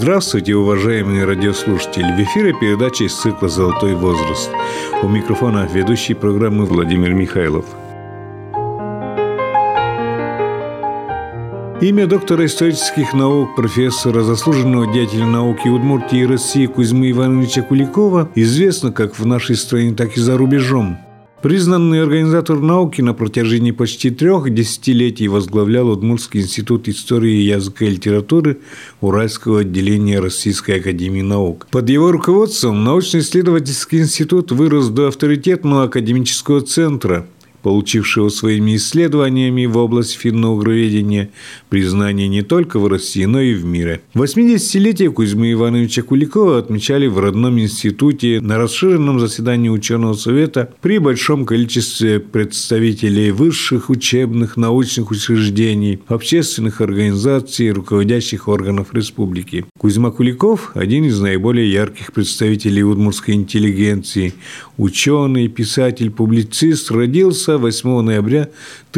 Здравствуйте, уважаемые радиослушатели! В эфире передача из цикла «Золотой возраст». У микрофона ведущий программы Владимир Михайлов. Имя доктора исторических наук, профессора, заслуженного деятеля науки Удмуртии и России Кузьмы Ивановича Куликова известно как в нашей стране, так и за рубежом. Признанный организатор науки на протяжении почти 3 десятилетий возглавлял Удмуртский институт истории, языка и литературы Уральского отделения Российской академии наук. Под его руководством научно-исследовательский институт вырос до авторитетного академического центра, получившего своими исследованиями в области финно-угроведения признание не только в России, но и в мире. 80-летие Кузьмы Ивановича Куликова отмечали в родном институте на расширенном заседании ученого совета при большом количестве представителей высших учебных, научных учреждений, общественных организаций и руководящих органов республики. Кузьма Куликов – один из наиболее ярких представителей удмуртской интеллигенции. Ученый, писатель, публицист, родился 8 ноября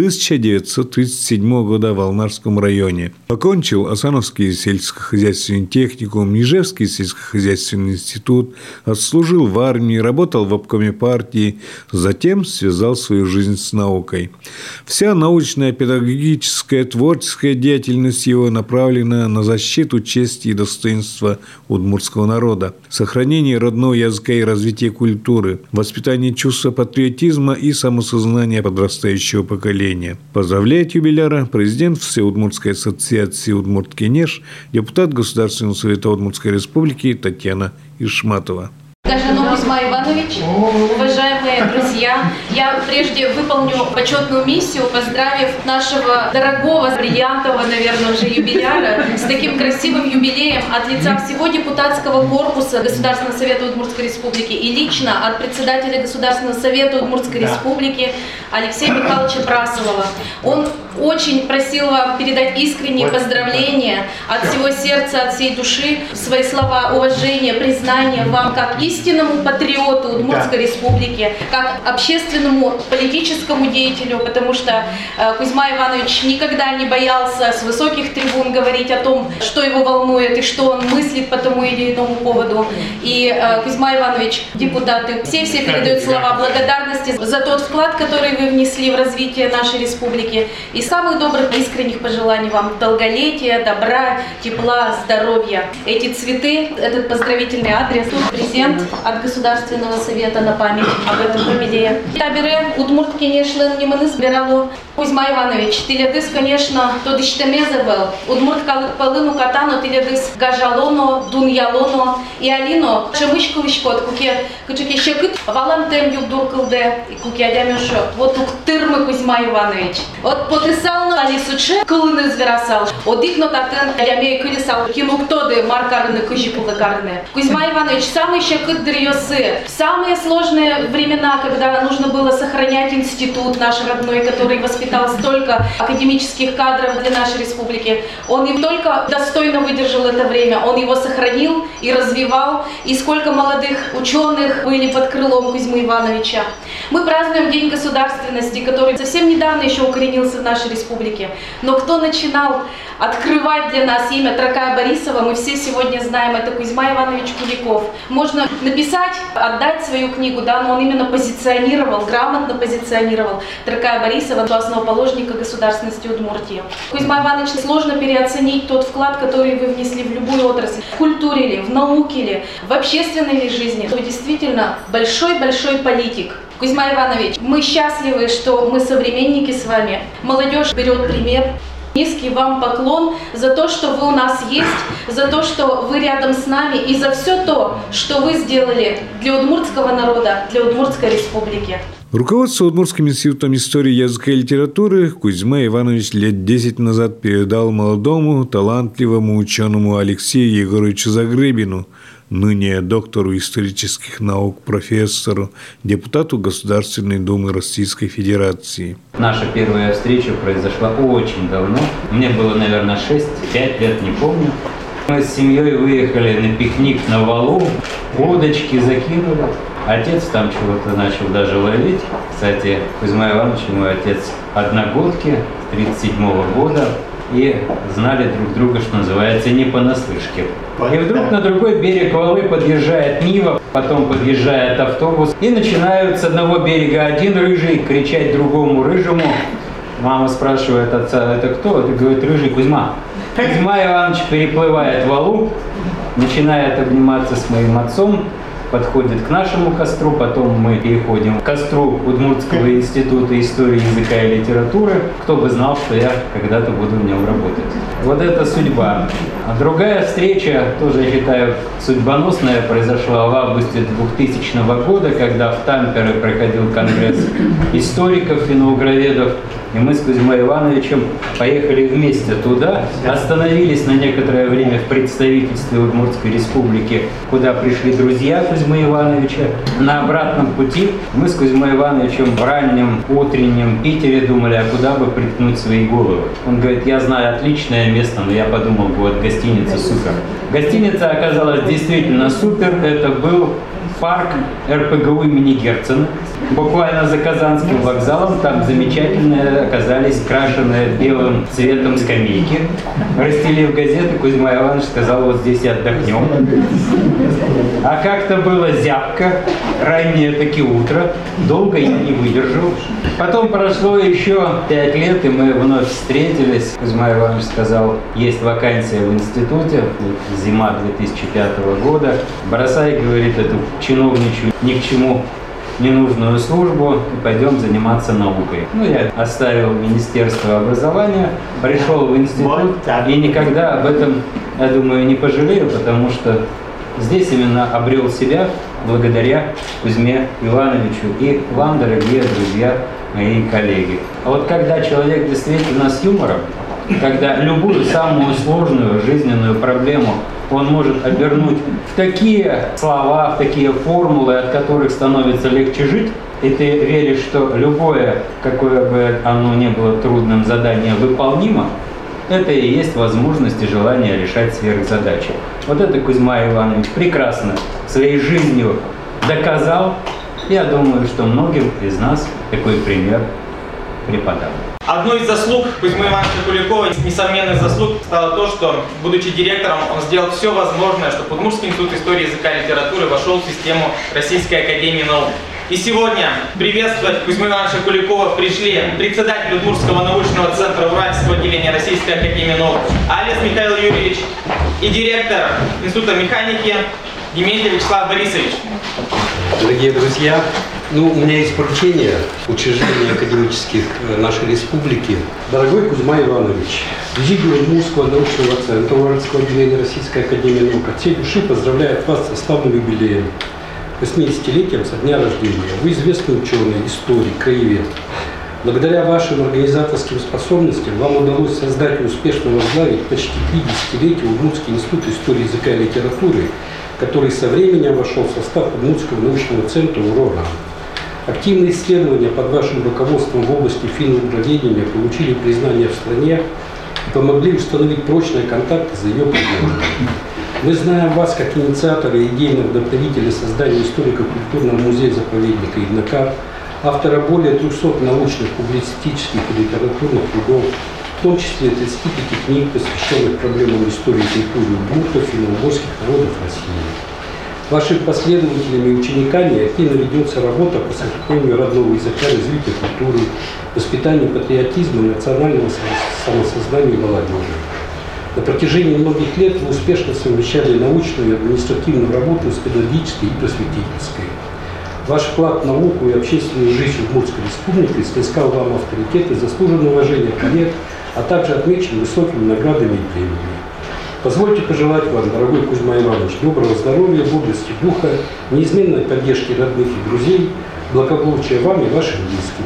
1937 года в Алнарском районе. Окончил Асановский сельскохозяйственный техникум, Нижевский сельскохозяйственный институт, отслужил в армии, работал в обкоме партии, затем связал свою жизнь с наукой. Вся научная, педагогическая, творческая деятельность его направлена на защиту чести и достоинства удмуртского народа, сохранение родного языка и развитие культуры, воспитание чувства патриотизма и самосознания подрастающего поколения. Поздравляет юбиляра президент Всеудмуртской ассоциации Удмурт-Кенеш, депутат Государственного совета Удмуртской республики Татьяна Ишматова. Кузьма Иванович, уважаемые друзья, я прежде выполню почетную миссию, поздравив нашего дорогого, бриллиантового, наверное, уже юбиляра с таким красивым юбилеем от лица всего депутатского корпуса Государственного совета Удмуртской республики и лично от председателя Государственного совета Удмуртской республики Алексея Михайловича Прасолова. Он очень просил вам передать искренние поздравления от всего сердца, от всей души, свои слова уважения, признания вам как истинному патриоту Удмуртской республики, как общественному политическому деятелю, потому что Кузьма Иванович никогда не боялся с высоких трибун говорить о том, что его волнует и что он мыслит по тому или иному поводу. И Кузьма Иванович, депутаты, все передают слова благодарности за тот вклад, который вы внесли в развитие нашей республики. И самых добрых, искренних пожеланий вам долголетия, добра, тепла, здоровья. Эти цветы, этот поздравительный адрес, презент от Государственного совета на память об этом юбилее. Табире Удмурт-Кенешлен неманы збирало. Кузьма Иванович, тилядыс, конечно, то дыштемезевел. Удмурт калыну катану тилядыс гажалоно, дуньялоно и алино. Шемышковичкот, куке щекыт валантем юбдуркалде и куке адямешо. Вот тук тырмы Кузьма Иванович. Вот потисал алисуче кылыны зверасал. Одикно татын адямей кылисал кинук тоды маркарны кыжипулыкарны. Кузьма Иванович, самый щекыт дрьосы. В самые сложные времена, когда нужно было сохранять институт наш родной, который воспитал столько академических кадров для нашей республики, он не только достойно выдержал это время, он его сохранил и развивал. И сколько молодых ученых были под крылом Кузьмы Ивановича. Мы празднуем День государственности, который совсем недавно еще укоренился в нашей республике. Но кто начинал открывать для нас имя Тракая Борисова, мы все сегодня знаем, это Кузьма Иванович Куликов. Можно написать, отдать свою книгу, да, но он именно позиционировал, грамотно позиционировал Тракая Борисова, основоположника государственности Удмуртии. Кузьма Иванович, сложно переоценить тот вклад, который вы внесли в любую отрасль, в культуре ли, в науке ли, в общественной ли жизни. Вы действительно большой-большой политик. Кузьма Иванович, мы счастливы, что мы современники с вами. Молодежь берет пример. Низкий вам поклон за то, что вы у нас есть, за то, что вы рядом с нами и за все то, что вы сделали для удмуртского народа, для Удмуртской республики. Руководство Удмуртским институтом истории, языка и литературы Кузьма Иванович лет 10 назад передал молодому, талантливому ученому Алексею Егоровичу Загребину, ныне доктору исторических наук, профессору, депутату Государственной Думы Российской Федерации. Наша первая встреча произошла очень давно. Мне было, наверное, 6-5 лет, не помню. Мы с семьей выехали на пикник на валу, удочки закинули. Отец там чего-то начал даже ловить. Кстати, Кузьма Иванович, мой отец одногодки, 1937 года. и знали друг друга, что называется, не понаслышке. И вдруг на другой берег Валы подъезжает Нива, потом подъезжает автобус, и начинают с одного берега один рыжий кричать другому рыжему. Мама спрашивает отца: это кто? Это, говорит, рыжий Кузьма. Кузьма Иванович переплывает Валу, начинает обниматься с моим отцом, подходит к нашему костру, потом мы переходим к костру Удмуртского института истории языка и литературы. Кто бы знал, что я когда-то буду в нем работать. Вот это судьба. А другая встреча, тоже, я считаю, судьбоносная, произошла в августе 2000 года, когда в Тампере проходил конгресс историков и науковедов. И мы с Кузьмой Ивановичем поехали вместе туда, остановились на некоторое время в представительстве Удмуртской республики, куда пришли друзья Кузьмы Ивановича. На обратном пути мы с Кузьмой Ивановичем в раннем утреннем Питере думали, а куда бы приткнуть свои головы. Он говорит: я знаю отличное место, но я подумал, вот гостиница супер. Гостиница оказалась действительно супер. Это был парк РПГУ имени Герцена. Буквально за Казанским вокзалом там замечательные оказались крашеные белым цветом скамейки. Расстелив газеты, Кузьма Иванович сказал: вот здесь и отдохнем. А как-то было зябко, раннее таки утро, долго я не выдержал. Потом прошло еще 5 лет, и мы вновь встретились. Кузьма Иванович сказал: есть вакансия в институте, зима 2005 года. Бросай, говорит, эту чиновничью ни к чему ненужную службу и пойдем заниматься наукой. Ну, я оставил Министерство образования, пришел в институт и никогда об этом, я думаю, не пожалею, потому что здесь именно обрел себя благодаря Кузьме Ивановичу и вам, дорогие друзья, мои коллеги. А вот когда человек действительно с юмором, когда любую самую сложную жизненную проблему он может обернуть в такие слова, в такие формулы, от которых становится легче жить, и ты веришь, что любое, какое бы оно ни было трудным задание, выполнимо, это и есть возможность и желание решать сверхзадачи. Вот это Кузьма Иванович прекрасно своей жизнью доказал. Я думаю, что многим из нас такой пример преподал. Одной из заслуг Кузьмы Ивановича Куликова, несомненных заслуг, стало то, что, будучи директором, он сделал все возможное, чтобы Удмуртский институт истории языка и литературы вошел в систему Российской академии наук. И сегодня приветствовать Кузьму Ивановича Куликова пришли председатель Удмуртского научного центра Уральского отделения Российской академии наук Алес Михаил Юрьевич и директор Института механики Дементьев Вячеслав Борисович. Дорогие друзья, у меня есть поручение учреждения академических нашей республики. Дорогой Кузьма Иванович, президиум Удмуртского научного центра Уральского отделения Российской академии наук от всей души поздравляет вас со славным юбилеем, 80-летием со дня рождения. Вы известный ученый, историк, краевед. Благодаря вашим организаторским способностям вам удалось создать и успешно возглавить почти 3 десятилетия Удмуртский институт истории языка и литературы, который со временем вошел в состав Удмуртского научного центра УРОРА. Активные исследования под вашим руководством в области финно-угроведения получили признание в стране и помогли установить прочные контакты за ее пределами. Мы знаем вас как инициатора и идейного вдохновителя создания историко-культурного музея-заповедника Иднакар, автора более 300 научных, публицистических и литературных трудов, в том числе 35 книг, посвященных проблемам истории и культуры удмуртов и финно-угорских народов России. Вашими последователями и учениками активно ведется работа по сохранению родного языка, развитию культуры, воспитанию патриотизма и национального самосознания молодежи. На протяжении многих лет вы успешно совмещали научную и административную работу с педагогической и просветительской. Ваш вклад в науку и общественную жизнь Удмуртской республики снискал вам авторитет и заслуженное уважение коллег, а также отмечен высокими наградами и премиями. Позвольте пожелать вам, дорогой Кузьма Иванович, доброго здоровья, бодрости духа, неизменной поддержки родных и друзей, благополучия вам и вашим близким.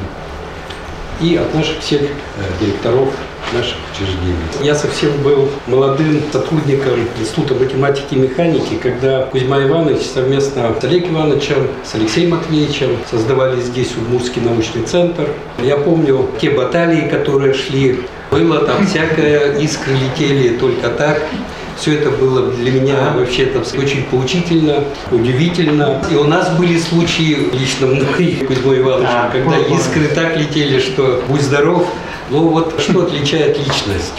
И от наших всех директоров наших учреждений. Я совсем был молодым сотрудником Института математики и механики, когда Кузьма Иванович совместно с Олегом Ивановичем, с Алексеем Матвеевичем создавали здесь Удмуртский научный центр. Я помню те баталии, которые шли. Было там всякое, искры летели только так. Все это было для меня вообще-то очень поучительно, удивительно. И у нас были случаи, лично мной, Кузьмой Ивановичем, когда искры так летели, что будь здоров. Ну вот что отличает личность?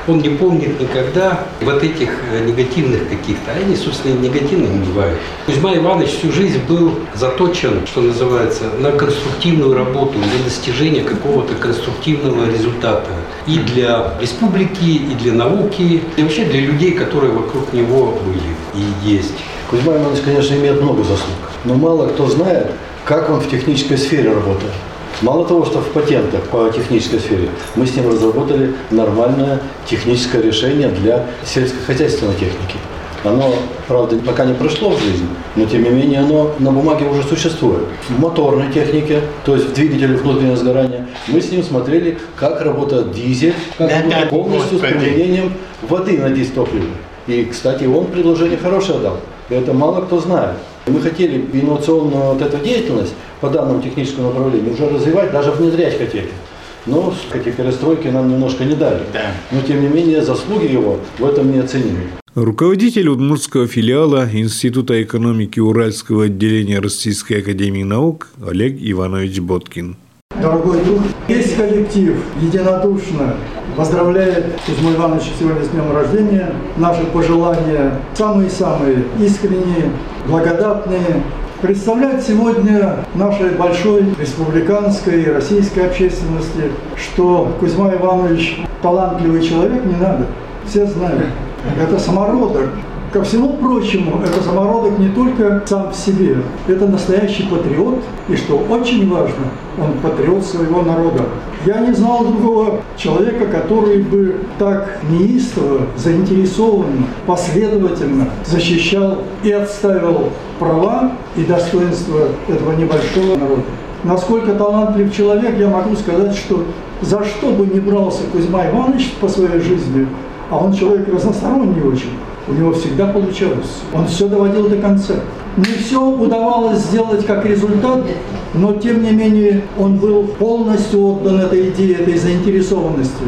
он не помнит никогда вот этих негативных каких-то, а они, собственно, негативными не бывают. Кузьма Иванович всю жизнь был заточен, что называется, на конструктивную работу, на достижение какого-то конструктивного результата. И для республики, и для науки, и вообще для людей, которые вокруг него были и есть. Кузьма Иванович, конечно, имеет много заслуг, но мало кто знает, как он в технической сфере работает. Мало того, что в патентах по технической сфере, мы с ним разработали нормальное техническое решение для сельскохозяйственной техники. Оно, правда, пока не пришло в жизнь, но тем не менее оно на бумаге уже существует. В моторной технике, то есть в двигателе внутреннего сгорания, мы с ним смотрели, как работает дизель, как работает полностью с применением воды на дизтопливе. И, кстати, он предложение хорошее дал. Это мало кто знает. Мы хотели инновационную вот эту деятельность по данному техническому направлению уже развивать, даже внедрять хотели. Но эти перестройки нам немножко не дали. Но, тем не менее, заслуги его в этом неоценимы. Руководитель удмуртского филиала Института экономики Уральского отделения Российской академии наук Олег Иванович Боткин. Дорогой друг, весь коллектив единодушно поздравляет Кузьму Ивановича сегодня с днем рождения. Наши пожелания самые-самые искренние, благодатные. Представлять сегодня нашей большой республиканской и российской общественности, что Кузьма Иванович талантливый человек, не надо. Все знают. Это самородок. Ко всему прочему, это самородок не только сам в себе, это настоящий патриот, и что очень важно, он патриот своего народа. Я не знал другого человека, который бы так неистово, заинтересованно, последовательно защищал и отстаивал права и достоинства этого небольшого народа. Насколько талантлив человек, я могу сказать, что за что бы ни брался Кузьма Иванович по своей жизни, а он человек разносторонний очень, у него всегда получалось. Он все доводил до конца. Не все удавалось сделать как результат, но тем не менее он был полностью отдан этой идее, этой заинтересованности.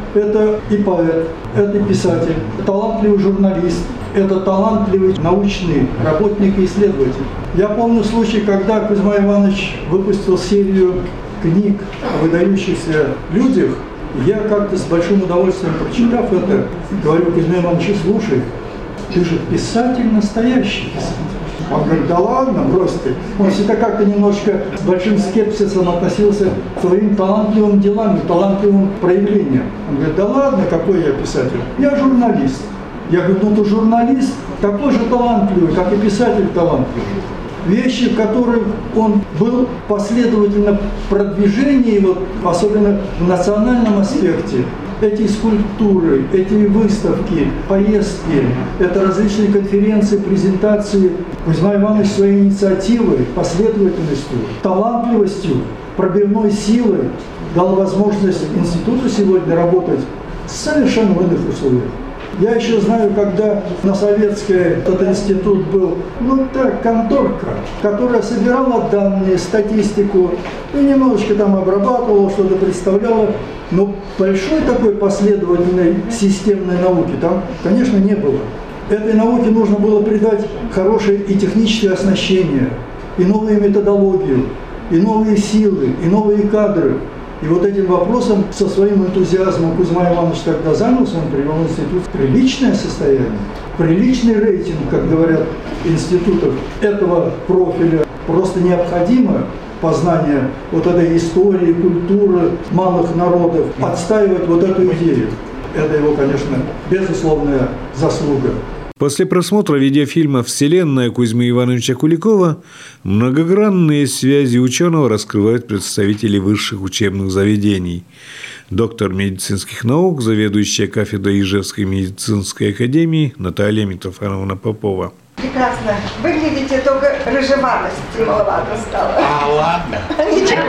Это и поэт, это и писатель, талантливый журналист, это талантливый научный работник и исследователь. Я помню случай, когда Кузьма Иванович выпустил серию книг о выдающихся людях. Я как-то с большим удовольствием, прочитав это, говорю Кузьме Ивановичу: слушай, ты же писатель настоящий писатель. Он говорит: да ладно, брось ты. Он всегда как-то немножко с большим скепсисом относился к своим талантливым делам и талантливым проявлениям. Он говорит: да ладно, какой я писатель? Я журналист. Я говорю: ну ты журналист такой же талантливый, как и писатель талантливый. Вещи, в которых он был последовательно в продвижении, вот, особенно в национальном аспекте. Эти скульптуры, эти выставки, поездки, это различные конференции, презентации. Кузьма Иванович своей инициативой, последовательностью, талантливостью, пробивной силой дал возможность институту сегодня работать совершенно в иных условиях. Я еще знаю, когда на Советской этот институт был, конторка, которая собирала данные, статистику, и немножечко там обрабатывала, что-то представляла, но большой такой последовательной системной науки там, конечно, не было. Этой науке нужно было придать хорошее и техническое оснащение, и новую методологию, и новые силы, и новые кадры. И вот этим вопросом со своим энтузиазмом Кузьма Иванович тогда занялся, он привел институт в приличное состояние, приличный рейтинг, как говорят, институтов этого профиля. Просто необходимо познание вот этой истории, культуры малых народов, отстаивать вот эту идею. Это его, конечно, безусловная заслуга. После просмотра видеофильма «Вселенная» Кузьмы Ивановича Куликова многогранные связи ученого раскрывают представители высших учебных заведений. Доктор медицинских наук, заведующая кафедрой Ижевской медицинской академии Наталья Митрофановна Попова. Прекрасно. Выглядите, только рыжеватости маловато стало. Ладно. Ничего.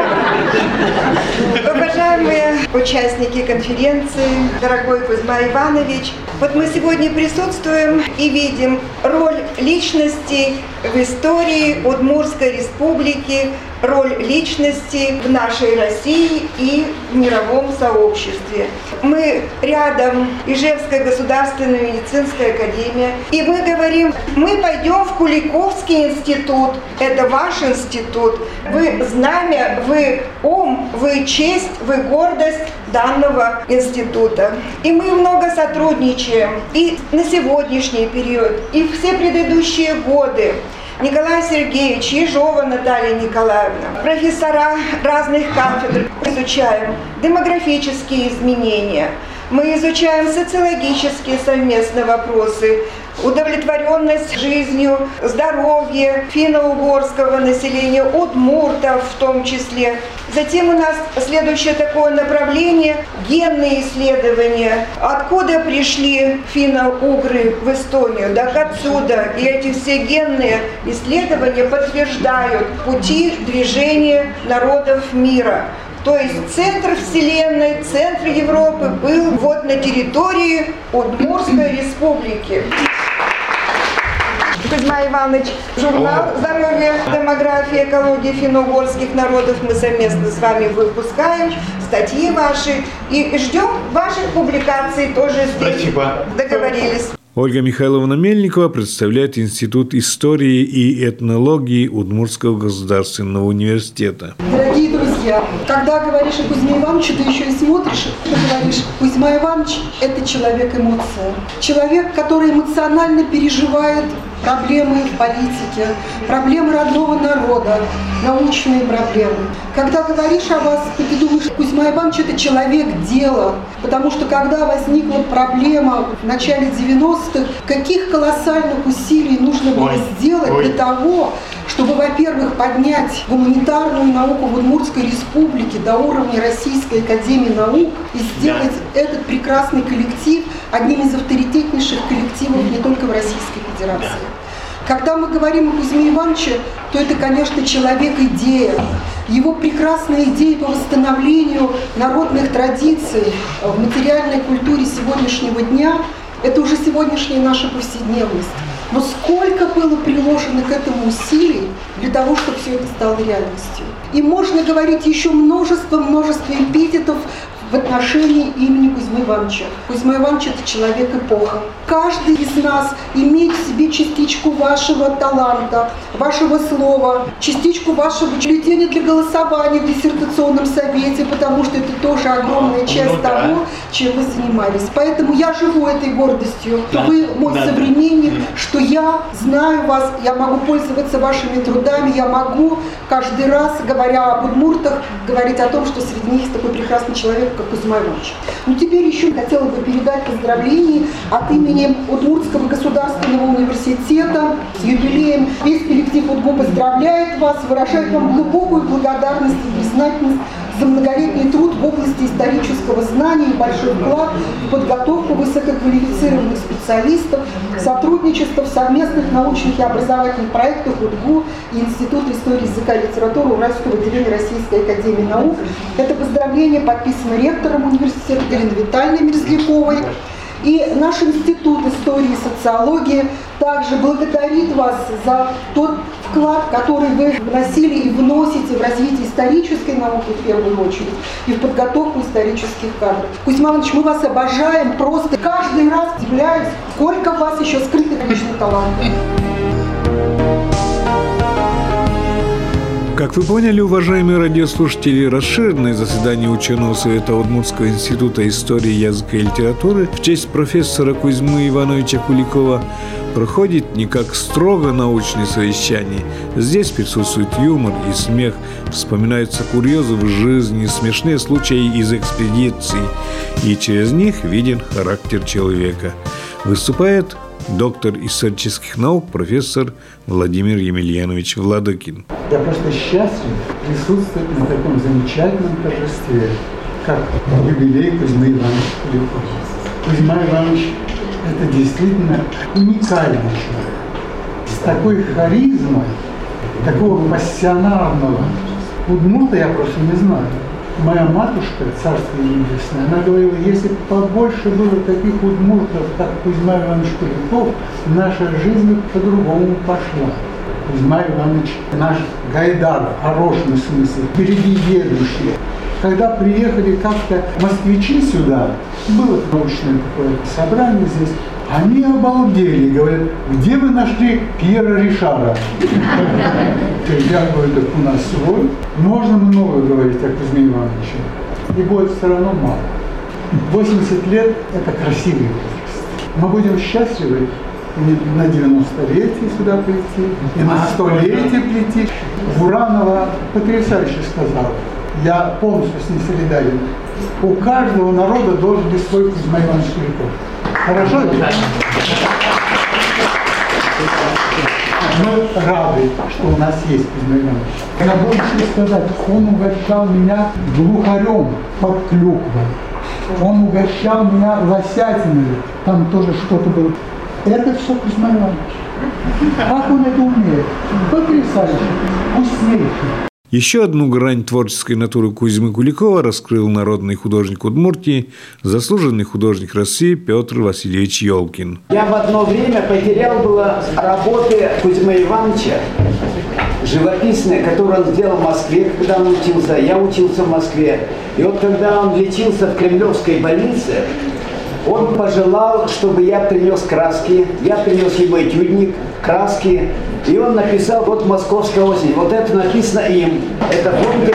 Уважаемые участники конференции, дорогой Кузьма Иванович, вот мы сегодня присутствуем и видим роль личности в истории Удмуртской республики, роль личности в нашей России и в мировом сообществе. Мы рядом Ижевская государственная медицинская академия, и мы говорим, мы пойдем в Куликовский институт, это ваш институт, вы знамя, вы ум, вы честь, вы гордость данного института. И мы много сотрудничаем и на сегодняшний период, и все предыдущие годы. Николай Сергеевич, Ежова Наталья Николаевна, профессора разных кафедр. Изучаем демографические изменения, мы изучаем социологические совместные вопросы, удовлетворенность жизнью, здоровье финно-угорского населения, удмуртов в том числе. Затем у нас следующее такое направление – генные исследования. Откуда пришли финно-угры в Эстонию? Так отсюда. И эти все генные исследования подтверждают пути движения народов мира. То есть центр Вселенной, центр Европы был вот на территории Удмуртской республики. Кузьма Иванович, журнал «Здоровье, демография, экология финно-угорских народов» мы совместно с вами выпускаем, статьи ваши, и ждем ваших публикаций тоже здесь. Спасибо. Договорились. Ольга Михайловна Мельникова представляет Институт истории и этнологии Удмуртского государственного университета. Дорогие друзья, когда говоришь о Кузьме Ивановиче, ты еще и смотришь, ты говоришь, Кузьма Иванович – это человек-эмоция. Человек, который эмоционально переживает проблемы в политике, проблемы родного народа, научные проблемы. Когда говоришь о вас, ты думаешь, Кузьма Иванович – это человек дела, потому что когда возникла проблема в начале 90-х, каких колоссальных усилий нужно было сделать для того, чтобы, во-первых, поднять гуманитарную науку в Удмуртской республике до уровня Российской академии наук и сделать этот прекрасный коллектив одним из авторитетнейших коллективов не только в Российской Федерации. Когда мы говорим о Кузьме Ивановиче, то это, конечно, человек-идея. Его прекрасные идеи по восстановлению народных традиций в материальной культуре сегодняшнего дня – это уже сегодняшняя наша повседневность. Но сколько было приложено к этому усилий для того, чтобы все это стало реальностью. И можно говорить еще множество эпитетов в отношении имени Кузьмы Ивановича. Кузьма Иванович – это человек-эпоха. Каждый из нас имеет в себе частичку вашего таланта, вашего слова, частичку вашего бюллетеня для голосования в диссертационном совете, потому что это тоже огромная часть того, чем вы занимались. Поэтому я живу этой гордостью. Вы мой современник, что я знаю вас, я могу пользоваться вашими трудами, я могу каждый раз, говоря об удмуртах, говорить о том, что среди них есть такой прекрасный человек, как Кузьма Иванович. Но теперь еще хотела бы передать поздравления от имени Удмуртского государственного университета с юбилеем. Весь коллектив УДГУ поздравляет вас, выражает вам глубокую благодарность и признательность за многолетний труд в области исторического знания и большой вклад в подготовку высококвалифицированных специалистов, сотрудничество в совместных научных и образовательных проектах УДГУ и Института истории языка и литературы Уральского отделения Российской академии наук. Это поздравление подписано ректором университета Еленой Витальевной Мерзляковой. И наш Институт истории и социологии также благодарит вас за тот вклад, который вы вносили и вносите в развитие исторической науки в первую очередь и в подготовку исторических кадров. Кузьма Иванович, мы вас обожаем, просто каждый раз удивляюсь, сколько в вас еще скрытых личных талантов. Как вы поняли, уважаемые радиослушатели, расширенное заседание ученого совета Удмуртского института истории, языка и литературы в честь профессора Кузьмы Ивановича Куликова проходит не как строго научное совещание. Здесь присутствует юмор и смех, вспоминаются курьезы в жизни, смешные случаи из экспедиции, и через них виден характер человека. Выступает доктор исторических наук, профессор Владимир Емельянович Владыкин. Я просто счастлив присутствовать на таком замечательном торжестве, как юбилей Кузьмы Ивановича Куликова. Кузьма Иванович – это действительно уникальный человек. С такой харизмой, такого пассионарного удмурта я просто не знаю. Моя матушка, царство небесное, она говорила, если бы побольше было таких удмуртов, как Кузьма Иванович Куликов, наша жизнь по-другому пошла. Кузьма Иванович наш Гайдар, в хорошем смысле, впереди едущий. Когда приехали как-то москвичи сюда, было научное такое собрание здесь, они обалдели, говорят, где вы нашли Пьера Ришара? Я говорю, так у нас свой. Можно много говорить о Кузьме Ивановиче, и будет все равно мало. 80 лет – это красивый возраст. Мы будем счастливы и на 90-летие сюда прийти, и на 100-летие прийти. Буранова потрясающе сказала. Я полностью с ней солидарен. У каждого народа должен быть свой Кузьма Иванович Куликов. Хорошо? Мы рады, что у нас есть Кузьма Иванович. Я больше сказать, он угощал меня глухарем под клюквой. Он угощал меня лосятиной. Там тоже что-то было. Это все Кузьма Иванович. Как он это умеет? Потрясающе. Вкуснейший. Еще одну грань творческой натуры Кузьмы Куликова раскрыл народный художник Удмуртии, заслуженный художник России Петр Васильевич Ёлкин. Я в одно время потерял было работы Кузьмы Ивановича, живописные, которые он сделал в Москве, когда он учился. Я учился в Москве. И вот когда он лечился в Кремлевской больнице, он пожелал, чтобы я принес краски. Я принес ему этюдник, краски. И он написал вот «Московская осень». Вот это написано им. Это помните?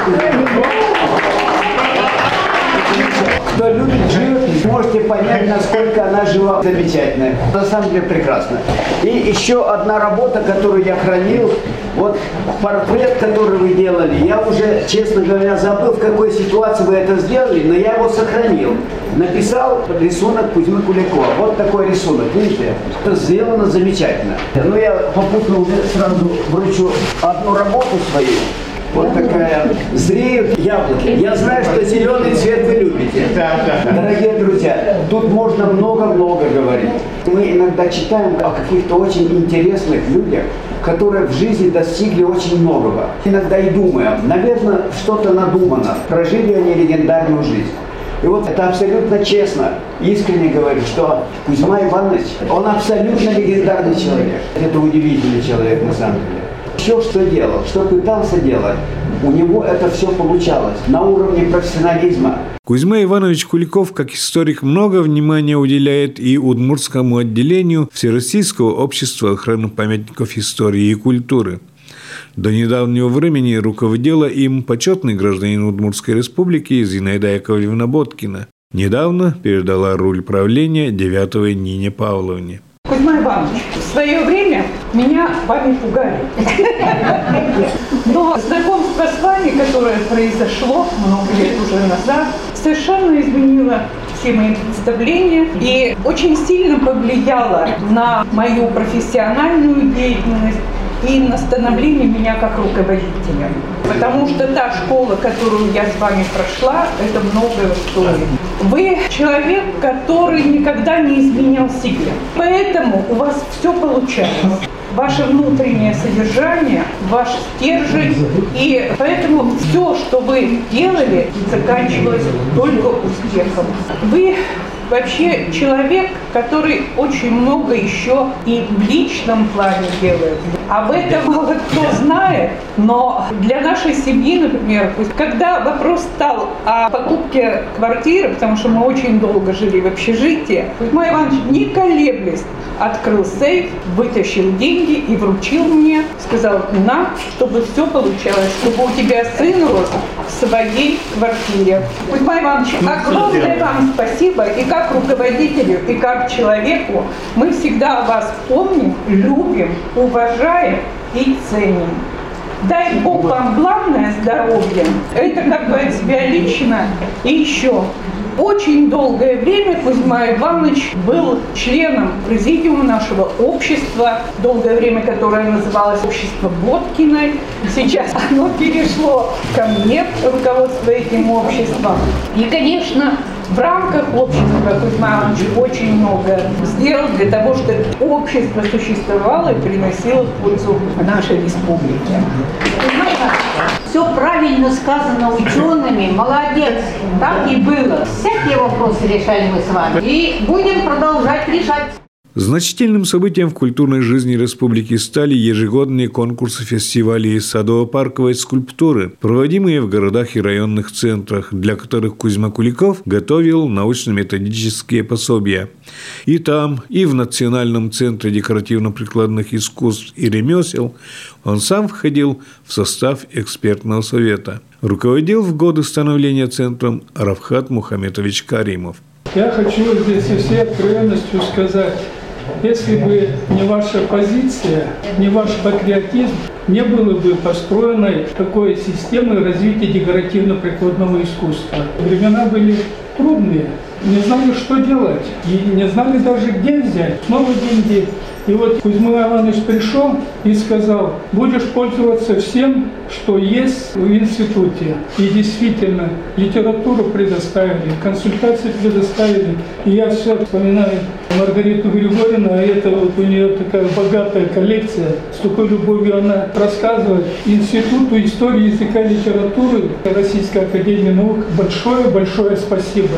Кто любит живопись, можете понять, насколько она жива, замечательная. На самом деле прекрасно. И еще одна работа, которую я хранил. Вот портрет, который вы делали, я уже, честно говоря, забыл, в какой ситуации вы это сделали, но я его сохранил. Написал рисунок Кузьмы Куликова. Вот такой рисунок, видите? Это сделано замечательно. Ну, я попутно уже сразу вручу одну работу свою. Вот такая. Зреют яблоки. Я знаю, что зеленый цвет вы любите. Дорогие друзья, тут можно много-много говорить. Мы иногда читаем о каких-то очень интересных людях, которые в жизни достигли очень многого. Иногда и думаем, наверное, что-то надумано. Прожили они легендарную жизнь. И вот это абсолютно честно, искренне говорю, что Кузьма Иванович, он абсолютно легендарный человек. Это удивительный человек на самом деле. Все, что делал, что пытался делать, у него это все получалось на уровне профессионализма. Кузьма Иванович Куликов, как историк, много внимания уделяет и Удмуртскому отделению Всероссийского общества охраны памятников истории и культуры. До недавнего времени руководила им почетный гражданин Удмуртской республики Зинаида Яковлевна Боткина. Недавно передала руль правления 9-й Нине Павловне. Кузьма Иванович, в свое время меня вами пугали. Но знакомство с вами, которое произошло много лет уже назад, совершенно изменило все мои представления и очень сильно повлияло на мою профессиональную деятельность и на становление меня как руководителя. Потому что та школа, которую я с вами прошла, это многое стоит. Вы человек, который никогда не изменял себе. Поэтому у вас все получалось. Ваше внутреннее содержание, ваш стержень. И поэтому все, что вы делали, заканчивалось только успехом. Вы вообще человек, который очень много еще и в личном плане делает. Об этом мало кто знает, но для нашей семьи, например, когда вопрос стал о покупке квартиры, потому что мы очень долго жили в общежитии, Кузьма Иванович, не колеблясь, открыл сейф, вытащил деньги и вручил мне, сказал, на, чтобы все получалось, чтобы у тебя сын рос в своей квартире. Кузьма Иванович, огромное вам спасибо, и как руководителю, и как человеку, мы всегда вас помним, любим, уважаем и ценим. Дай Бог вам главное здоровье. Это как бы от себя лично. И еще. Очень долгое время Кузьма Иванович был членом президиума нашего общества, долгое время которое называлось «Общество Боткиной». Сейчас оно перешло ко мне, руководство этим обществом. И, конечно, в рамках общества Кузьма Иванович очень много сделал для того, чтобы общество существовало и приносило пользу нашей республике. Все правильно сказано учеными, молодец, так и было. Всякие вопросы решали мы с вами и будем продолжать решать. Значительным событием в культурной жизни республики стали ежегодные конкурсы фестивалей садово-парковой скульптуры, проводимые в городах и районных центрах, для которых Кузьма Куликов готовил научно-методические пособия. И там, и в Национальном центре декоративно-прикладных искусств и ремесел он сам входил в состав экспертного совета. Руководил в годы становления центром Равхат Мухаметович Каримов. Я хочу здесь со всей откровенностью сказать, если бы не ваша позиция, не ваш патриотизм, не было бы построенной такой системы развития декоративно-прикладного искусства. Времена были трудные, не знали, что делать, и не знали даже, где взять снова деньги. И вот Кузьма Иванович пришел и сказал: будешь пользоваться всем, что есть в институте. И действительно, литературу предоставили, консультации предоставили. И я все вспоминаю Маргариту Григорьевну, а это вот у нее такая богатая коллекция, с такой любовью она рассказывает. Институту истории языка и литературы Российской академии наук большое-большое спасибо.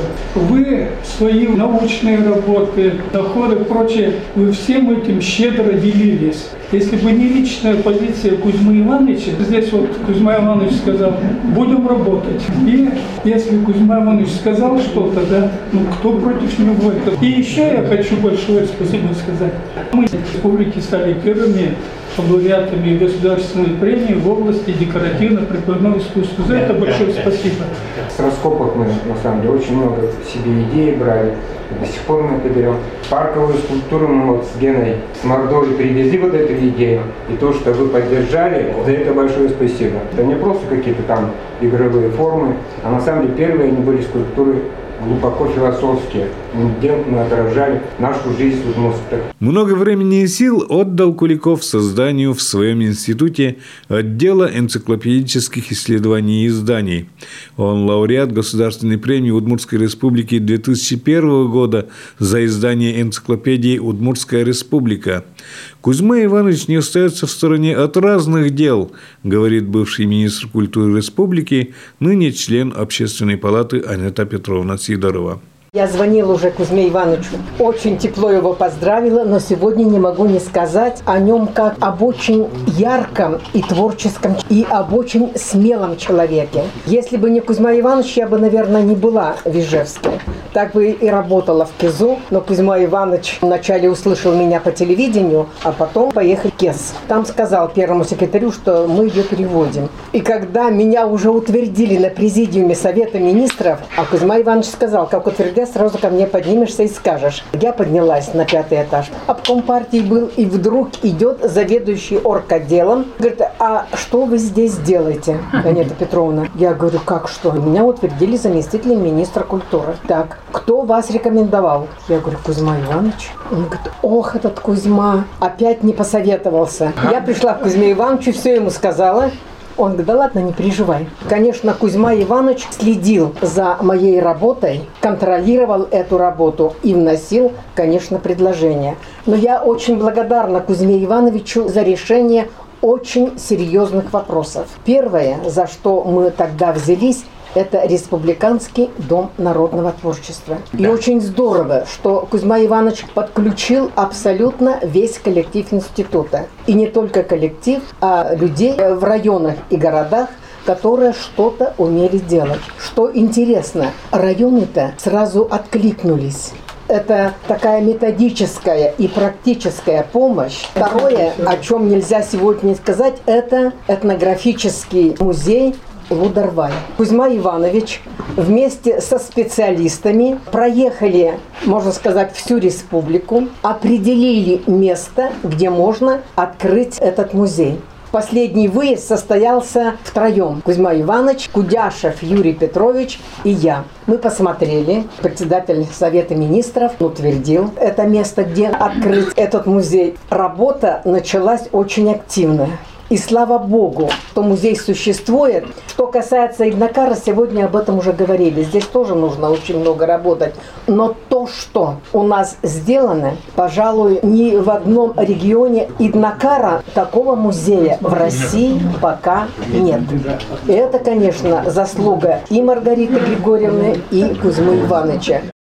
Вы свои научные работы, доходы и прочее, вы всем этим щедро делились. Если бы не личная позиция Кузьмы Ивановича, здесь вот Кузьма Иванович сказал: будем работать. И если Кузьма Иванович сказал что-то, да, ну кто против него? И еще я хочу большое спасибо сказать. Мы в республике стали первыми лауреатами государственной премии в области декоративно-прикладного искусства. За это большое спасибо. С раскопок мы, на самом деле, очень много себе идей брали. До сих пор мы это берем. Парковую скульптуру мы вот с Геной, с Мордовии привезли вот эту идею. И то, что вы поддержали, за это большое спасибо. Это не просто какие-то там игровые формы, а на самом деле первые они были скульптуры глубоко философские, где мы отражали нашу жизнь в Удмуртах. Много времени и сил отдал Куликов созданию в своем институте отдела энциклопедических исследований и изданий. Он лауреат Государственной премии Удмуртской республики 2001 года за издание энциклопедии «Удмуртская республика». Кузьма Иванович не остается в стороне от разных дел, говорит бывший министр культуры республики, ныне член Общественной палаты Анета Петровна Сидорова. Я звонила уже Кузьме Ивановичу, очень тепло его поздравила, но сегодня не могу не сказать о нем как об очень ярком и творческом, и об очень смелом человеке. Если бы не Кузьма Иванович, я бы, наверное, не была в Ижевске. Так бы и работала в КИЗУ, но Кузьма Иванович вначале услышал меня по телевидению, а потом поехал в КЕС. Там сказал первому секретарю, что мы ее переводим. И когда меня уже утвердили на президиуме Совета министров, а Кузьма Иванович сказал, как утвердят, сразу ко мне поднимешься и скажешь. Я поднялась на 5-й этаж. Обком партии был, и вдруг идет заведующий орготделом. Говорит: а что вы здесь делаете, Анета Петровна? Я говорю: как что? Меня утвердили заместителем министра культуры. Так, кто вас рекомендовал? Я говорю: Кузьма Иванович. Он говорит: ох, этот Кузьма опять не посоветовался. Я пришла к Кузьме Ивановичу, все ему сказала. Он говорит: да ладно, не переживай. Конечно, Кузьма Иванович следил за моей работой, контролировал эту работу и вносил, конечно, предложения. Но я очень благодарна Кузьме Ивановичу за решение очень серьезных вопросов. Первое, за что мы тогда взялись, это Республиканский дом народного творчества. И очень здорово, что Кузьма Иванович подключил абсолютно весь коллектив института. И не только коллектив, а людей в районах и городах, которые что-то умели делать. Что интересно, районы-то сразу откликнулись. Это такая методическая и практическая помощь. Второе, о чем нельзя сегодня сказать, это этнографический музей Лударвай. Кузьма Иванович вместе со специалистами проехали, можно сказать, всю республику, определили место, где можно открыть этот музей. Последний выезд состоялся втроем. Кузьма Иванович, Кудяшев Юрий Петрович и я. Мы посмотрели, председатель Совета министров утвердил это место, где открыть этот музей. Работа началась очень активно. И слава Богу, что музей существует. Что касается Иднакара, сегодня об этом уже говорили. Здесь тоже нужно очень много работать. Но то, что у нас сделано, пожалуй, ни в одном регионе Иднакара такого музея в России пока нет. И это, конечно, заслуга и Маргариты Григорьевны, и Кузьмы Ивановича.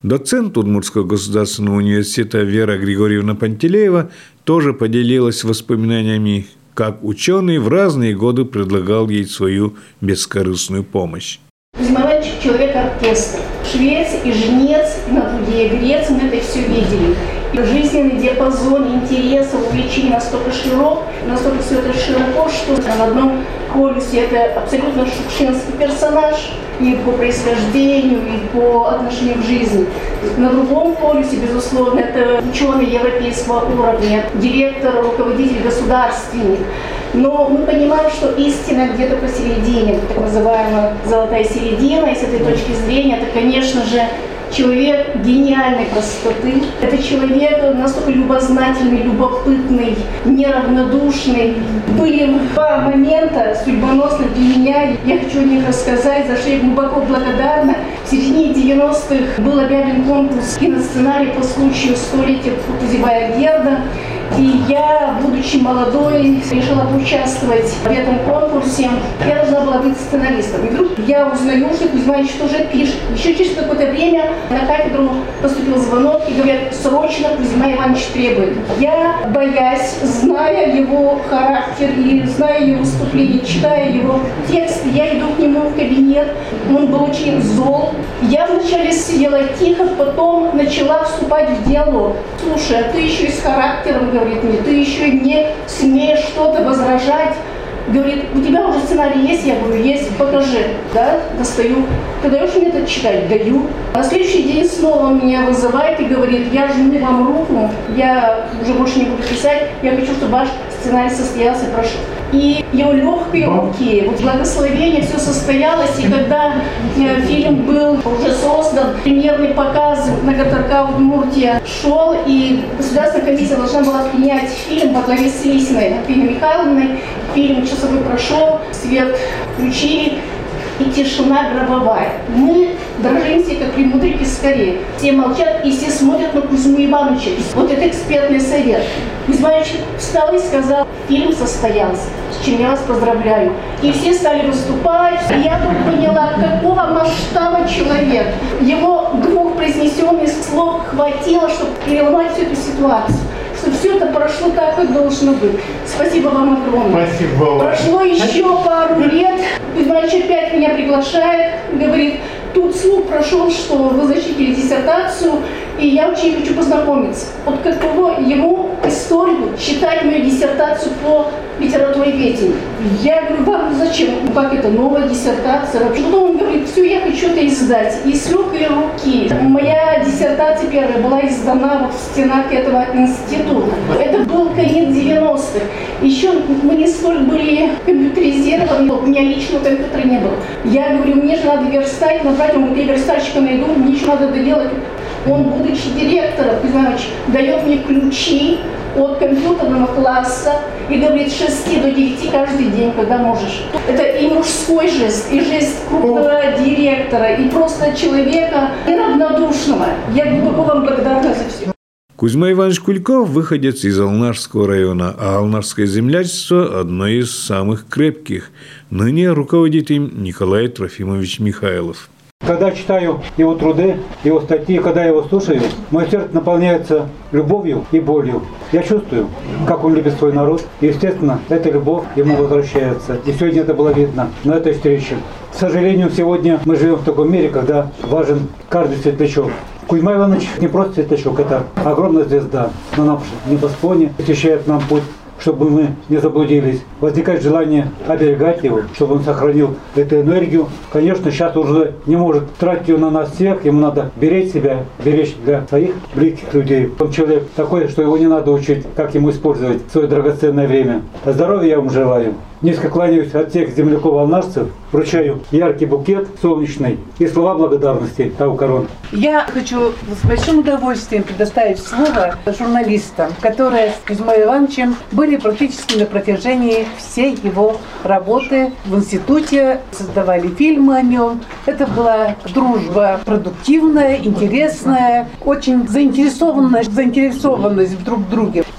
Доцент Удмуртского государственного университета Вера Григорьевна Пантелеева тоже поделилась воспоминаниями, как ученый в разные годы предлагал ей свою бескорыстную помощь. Кузьма Иванович – человек-оркестр. Швец и жнец, и на другие грец, мы это все видели. И жизненный диапазон интересов, увлечений настолько широк, настолько все это широко, что на одном полюсе это абсолютно шукшинский персонаж и по происхождению, и по отношению к жизни. На другом полюсе, безусловно, это ученый европейского уровня, директор, руководитель государственник. Но мы понимаем, что истина где-то посередине, так называемая золотая середина, и с этой точки зрения, это, конечно же, человек гениальной простоты. Это человек настолько любознательный, любопытный, неравнодушный. Были два момента судьбоносных для меня. Я хочу о них рассказать, за что я глубоко благодарна. В середине 90-х был объявлен конкурс киносценария по случаю столетия Кутузова-Герда. И я, будучи молодой, решила поучаствовать в этом конкурсе. Я должна была быть сценаристом. И вдруг я узнаю, что Кузьма Иванович тоже пишет. Еще через какое-то время на кафедру поступил звонок и говорят, срочно Кузьма Иванович требует. Я, боясь, зная его характер и зная его выступление, читая его текст, я иду к нему в кабинет. Он был очень зол. Я вначале сидела тихо, потом начала вступать в диалог. Слушай, а ты еще и с характером, говорит мне, ты еще не смеешь что-то возражать. Говорит, у тебя уже сценарий есть? Я говорю, есть, покажи. Да, достаю. Ты даешь мне это читать? Даю. На следующий день снова он меня вызывает и говорит, я жму вам руку, я уже больше не буду писать, я хочу, чтобы ваш сценарий состоялся, прошу. И его легкие руки, вот благословение, все состоялось. И когда фильм был уже создан, премьерный показ на ГТРК Удмуртия шел, и Государственная комиссия должна была принять фильм во главе с Лисиной Афиной Михайловной. Фильм часовой прошел, свет включили, и тишина гробовая. Мы дрожимся, как премудрые пескари. Все молчат, и все смотрят на Кузьму Ивановича. Вот это экспертный совет. Кузьма Иванович встал и сказал, фильм состоялся, с чем я вас поздравляю. И все стали выступать. И я тут поняла, какого масштаба человек. Его двух произнесенных слов хватило, чтобы переломать всю эту ситуацию. Что все это прошло так, как должно быть. Спасибо вам огромное. Спасибо. Прошло еще пару лет. Кузьма Иванович опять меня приглашает, говорит, тут слух прошел, что вы защитили диссертацию, и я очень хочу познакомиться. Вот каково ему историю читать мою диссертацию по литературоведению. Я говорю, вам зачем? Как это, новая диссертация? Потом он говорит, все, я хочу это издать. И с легкой руки. Моя диссертация первая была издана вот в стенах этого института. Это был конец 90-х. Еще мы не столь были компьютеризированы, у меня личного компьютера не было. Я говорю, мне же надо верстать, набрать, он говорит, я верстальщика найду, мне еще надо доделать. Он, будучи директором, Кузьма Иванович, дает мне ключи от компьютерного класса и говорит, с 6 до 9 каждый день, когда можешь. Это и мужской жест, и жест крупного директора, и просто человека неравнодушного. Я глубоко вам благодарна за все. Кузьма Иванович Кульков – выходец из Алнашского района, а Алнашское землячество – одно из самых крепких. Ныне руководит им Николай Трофимович Михайлов. Когда читаю его труды, его статьи, когда его слушаю, мое сердце наполняется любовью и болью. Я чувствую, как он любит свой народ. И, естественно, эта любовь ему возвращается. И сегодня это было видно на этой встрече. К сожалению, сегодня мы живем в таком мире, когда важен каждый светлячок. Кузьма Иванович не просто светлячок, это огромная звезда на нашем небосклоне, освещает нам путь, чтобы мы не заблудились. Возникает желание оберегать его, чтобы он сохранил эту энергию. Конечно, сейчас уже не может тратить ее на нас всех, ему надо беречь себя, беречь для своих близких людей. Он человек такой, что его не надо учить, как ему использовать свое драгоценное время. А здоровья я вам желаю. Низко кланяюсь от всех земляков-алнашцев, вручаю яркий букет солнечный и слова благодарности Таукарон. Я хочу с большим удовольствием предоставить слово журналистам, которые с Кузьмой Ивановичем были практически на протяжении всей его работы в институте, создавали фильмы о нем. Это была дружба продуктивная, интересная, очень заинтересованность друг в друге.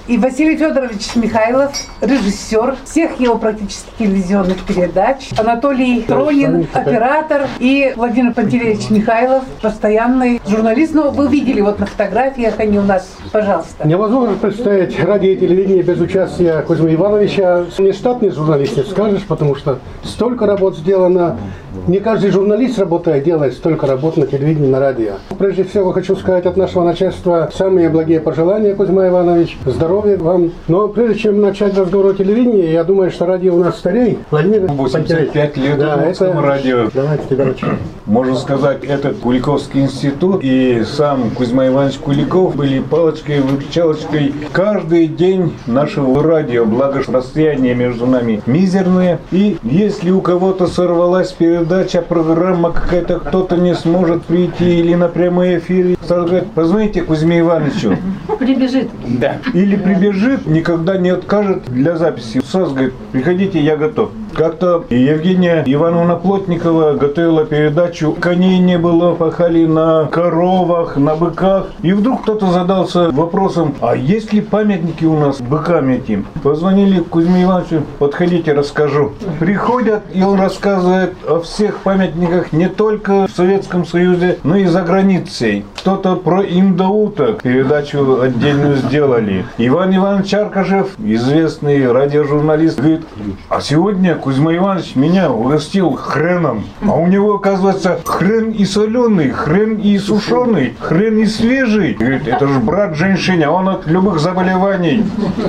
И Василий Федорович Михайлов, режиссер всех его практически телевизионных передач. Анатолий Тронин, оператор. И Владимир Пантелеевич Михайлов, постоянный журналист. Но вы видели вот на фотографиях они у нас. Пожалуйста. Невозможно представить радио и телевидение без участия Кузьмы Ивановича. Не штатный журналист, не скажешь, потому что столько работ сделано. Не каждый журналист, работая, делает столько работ на телевидении, на радио. Прежде всего, хочу сказать от нашего начальства самые благие пожелания, Кузьма Иванович. Здоровья вам. Но прежде чем начать разговор о телевидении, я думаю, что радио у нас старей. Владимир 85 лет Удмуртскому радио. Давайте тебя начнем. Можно сказать, этот Куликовский институт и сам Кузьма Иванович Куликов были палочкой-выручалочкой каждый день нашего радио. Благо, расстояние между нами мизерное. И если у кого-то сорвалась передача, программа какая-то, кто-то не сможет прийти или на прямой эфир, сразу говорит: позвоните Кузьме Ивановичу. Прибежит. Да. Или прибежит, никогда не откажет для записи. Сразу говорит: приходите, я готов. Как-то Евгения Ивановна Плотникова готовила передачу, коней не было, пахали на коровах, на быках. И вдруг кто-то задался вопросом: а есть ли памятники у нас быкам этим? Позвонили Кузьме Ивановичу: подходите, расскажу. Приходят, и он рассказывает о всех памятниках не только в Советском Союзе, но и за границей. Кто-то про индоуток передачу отдельную сделали. Иван Иванович Аркашев, известный радиожурналист, говорит: а сегодня Кузьма Иванович меня угостил хреном. А у него, оказывается, хрен и соленый, хрен и сушеный, хрен и свежий. Говорит: это же брат женщине, он от любых заболеваний.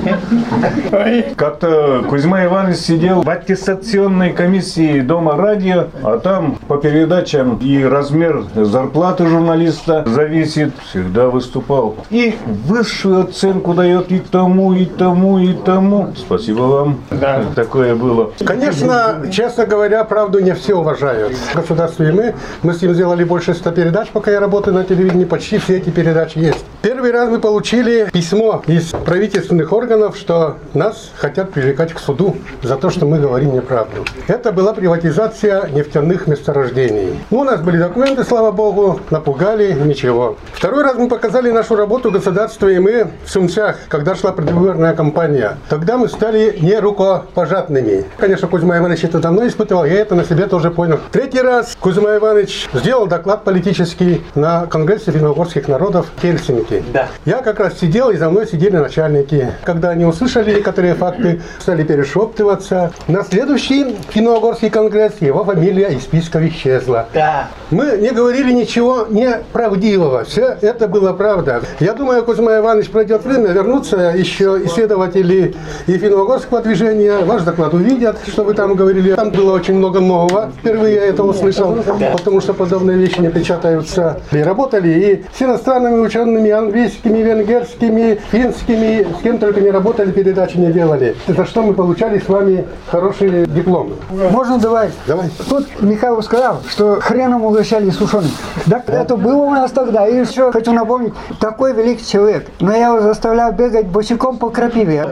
Как-то Кузьма Иванович сидел в аттестационной комиссии Дома радио, а там по передачам и размер зарплаты журналиста зависит. Всегда выступал. И высшую оценку дает и тому, и тому, и тому. Спасибо вам. Да. Такое было. Конечно, честно говоря, правду не все уважают. Государство и мы с ним сделали больше 100 передач, пока я работаю на телевидении, почти все эти передачи есть. Первый раз мы получили письмо из правительственных органов, что нас хотят привлекать к суду за то, что мы говорим неправду. Это была приватизация нефтяных месторождений. Ну, у нас были документы, слава богу, напугали, ничего. Второй раз мы показали нашу работу государства и мы в Сумцах, когда шла предвыборная кампания. Тогда мы стали не рукопожатными. Конечно, Кузьма Иванович это давно испытывал, я это на себе тоже понял. Третий раз Кузьма Иванович сделал доклад политический на Конгрессе финно-угорских народов в Хельсинки. Да. Я как раз сидел, и за мной сидели начальники. Когда они услышали некоторые факты, стали перешептываться. На следующий финно-угорский конгресс его фамилия из списков исчезла. Да. Мы не говорили ничего неправдивого. Все это было правда. Я думаю, Кузьма Иванович пройдет время, вернутся еще исследователи и финно-угорского движения. Ваш доклад увидят, что вы там говорили. Там было очень много нового. Впервые я это услышал, потому что подобные вещи не печатаются. И работали и с иностранными учеными, английскими, венгерскими, финскими, с кем только не работали, передачи не делали. За что мы получали с вами хорошие дипломы. Можно давай? Давай. Тут Михаил сказал, что хреном угощали сушеным. Так это было у нас тогда. И еще хочу напомнить, такой великий человек. Но я его заставлял бегать босиком по крапиве.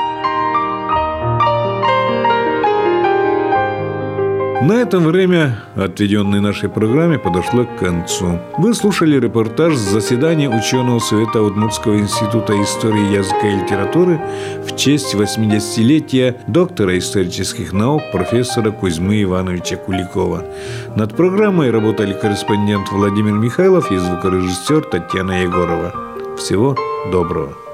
На этом время, отведенное нашей программе, подошло к концу. Вы слушали репортаж с заседания ученого совета Удмуртского института истории языка и литературы в честь 80-летия доктора исторических наук профессора Кузьмы Ивановича Куликова. Над программой работали корреспондент Владимир Михайлов и звукорежиссер Татьяна Егорова. Всего доброго.